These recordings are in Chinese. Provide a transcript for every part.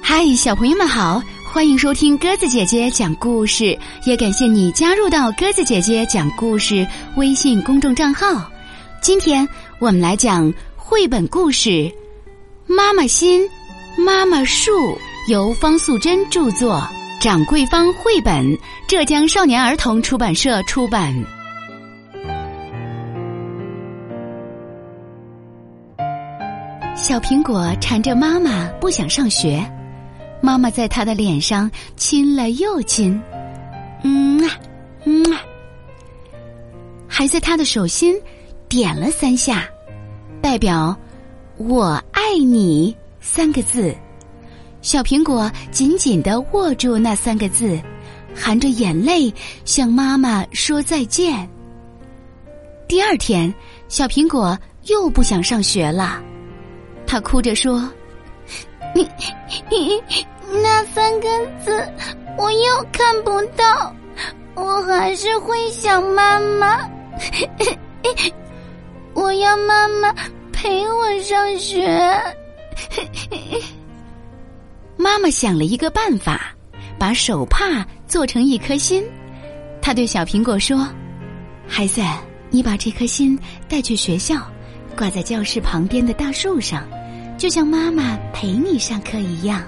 嗨，小朋友们好，欢迎收听鸽子姐姐讲故事，也感谢你加入到鸽子姐姐讲故事微信公众账号。今天我们来讲绘本故事《妈妈心，妈妈树》，由方素珍著作，掌柜坊绘本，浙江少年儿童出版社出版。小苹果缠着妈妈不想上学，妈妈在他的脸上亲了又亲，还在他的手心点了3下，代表我爱你3个字。小苹果紧紧地握住那3个字，含着眼泪向妈妈说再见。第二天，小苹果又不想上学了，他哭着说， 那3个字我又看不到，我还是会想妈妈。我要妈妈陪我上学。 妈妈想了一个办法，把手帕做成一颗心。她对小苹果说，孩子，你把这颗心带去学校，挂在教室旁边的大树上，就像妈妈陪你上课一样。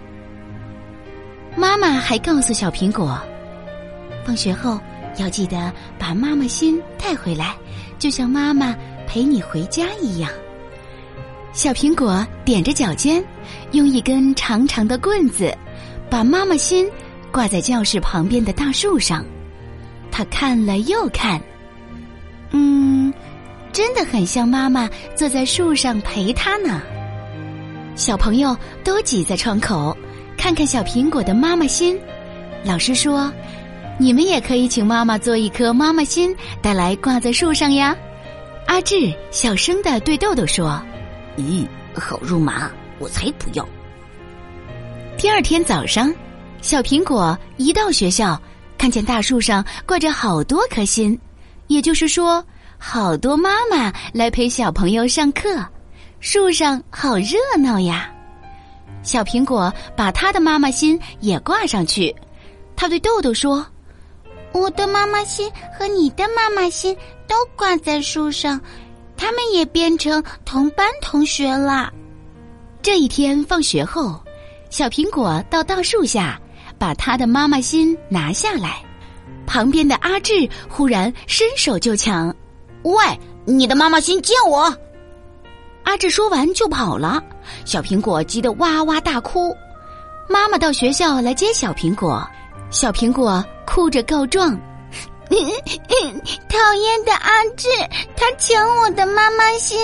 妈妈还告诉小苹果，放学后要记得把妈妈心带回来，就像妈妈陪你回家一样。小苹果踮着脚尖，用一根长长的棍子把妈妈心挂在教室旁边的大树上。他看了又看，真的很像妈妈坐在树上陪他呢。小朋友都挤在窗口看看小苹果的妈妈心。老师说，你们也可以请妈妈做一颗妈妈心带来挂在树上呀。阿志小声地对豆豆说， 咦，好肉麻，我才不要。 第二天早上，小苹果一到学校，看见大树上挂着好多颗心，也就是说，好多妈妈来陪小朋友上课，树上好热闹呀。小苹果把他的妈妈心也挂上去，他对豆豆说， 我的妈妈心和你的妈妈心都挂在树上，他们也变成同班同学了。 这一天放学后，小苹果到大树下把他的妈妈心拿下来，旁边的阿志忽然伸手就抢， 喂，你的妈妈心借我！ 阿志说完就跑了，小苹果急得哇哇大哭。妈妈到学校来接小苹果，小苹果哭着告状， 讨厌的阿志，他抢我的妈妈心。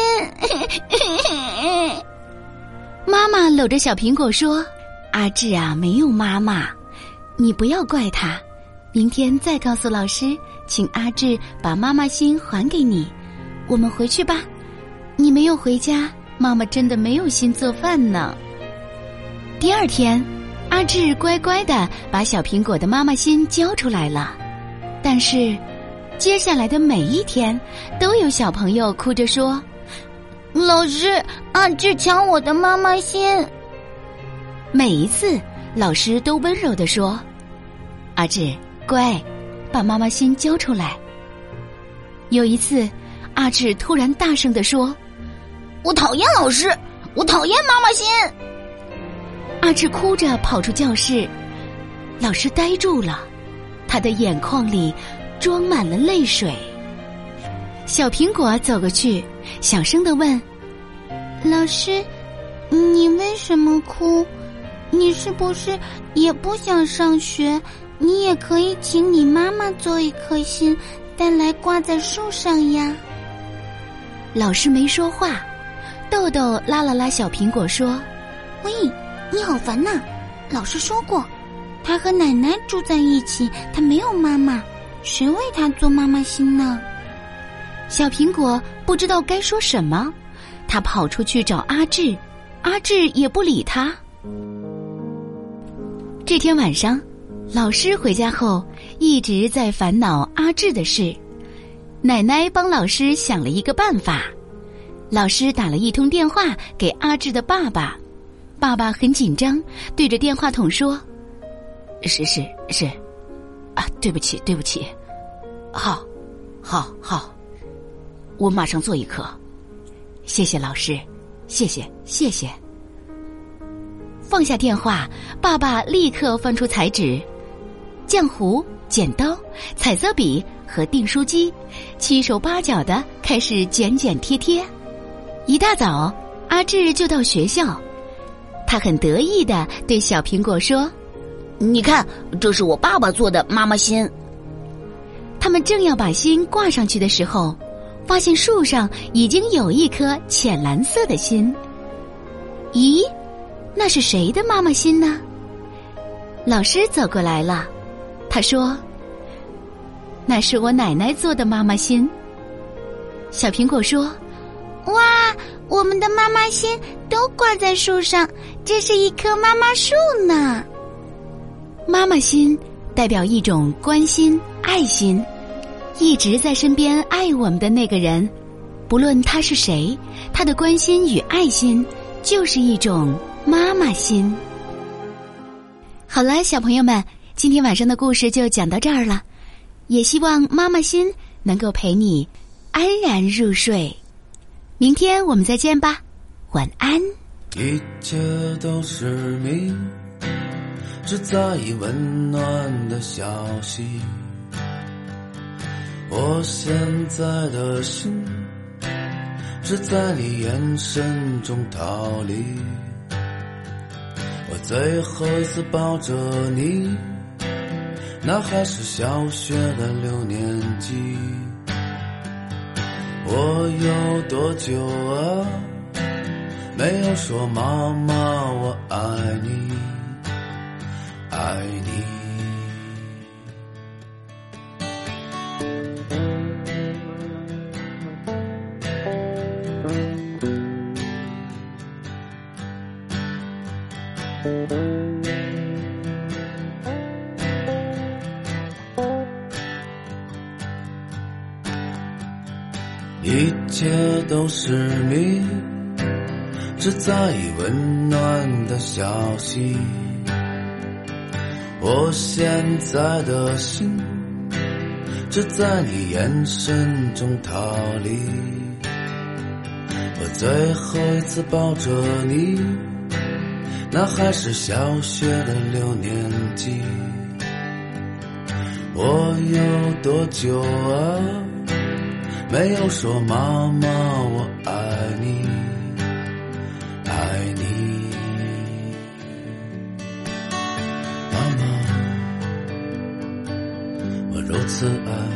妈妈搂着小苹果说，阿志啊，没有妈妈，你不要怪他，明天再告诉老师，请阿志把妈妈心还给你。我们回去吧，你没有回家，妈妈真的没有心做饭呢。第二天，阿志乖乖地把小苹果的妈妈心交出来了，但是接下来的每一天都有小朋友哭着说， 老师，阿志抢我的妈妈心。 每一次老师都温柔地说，阿志乖，把妈妈心交出来。有一次阿志突然大声地说， 我讨厌老师，我讨厌妈妈心。 阿志哭着跑出教室，老师呆住了，他的眼眶里装满了泪水。小苹果走过去，小声地问， 老师，你为什么哭？你是不是也不想上学？你也可以请你妈妈做一颗心带来挂在树上呀。 老师没说话，豆豆拉了拉小苹果说， 喂，你好烦呐！老师说过，他和奶奶住在一起，他没有妈妈，谁为他做妈妈心呢？ 小苹果不知道该说什么，他跑出去找阿志，阿志也不理他。这天晚上，老师回家后一直在烦恼阿志的事。奶奶帮老师想了一个办法，老师打了一通电话给阿志的爸爸， 爸爸很紧张，对着电话筒说：“是，啊，对不起，好，我马上做一颗。谢谢老师，谢谢。”放下电话，爸爸立刻翻出彩纸、浆糊、剪刀、彩色笔和订书机，七手八脚的开始剪贴。一大早，阿志就到学校，他很得意地对小苹果说：“ 你看，这是我爸爸做的妈妈心。” 他们正要把心挂上去的时候，发现树上已经有一颗浅蓝色的心。咦，那是谁的妈妈心呢？老师走过来了，他说：“那是我奶奶做的妈妈心。”小苹果说：“ 哇，我们的妈妈心都挂在树上，这是一棵妈妈树呢。” 妈妈心代表一种关心、爱心，一直在身边爱我们的那个人，不论他是谁，他的关心与爱心就是一种妈妈心。好了，小朋友们，今天晚上的故事就讲到这儿了，也希望妈妈心能够陪你安然入睡。明天我们再见吧，晚安。 一切都是谜，只在意温暖的消息。我现在的心只在你眼神中逃离。我最后一次抱着你，那还是小学的6年级。我有多久啊，没有说妈妈我爱你，爱你。一切都是谜，只在意温暖的消息。我现在的心只在你眼神中逃离。我最后一次抱着你，那还是小学的6年级。我有多久啊，没有说妈妈我爱你，爱你。妈妈，我如此爱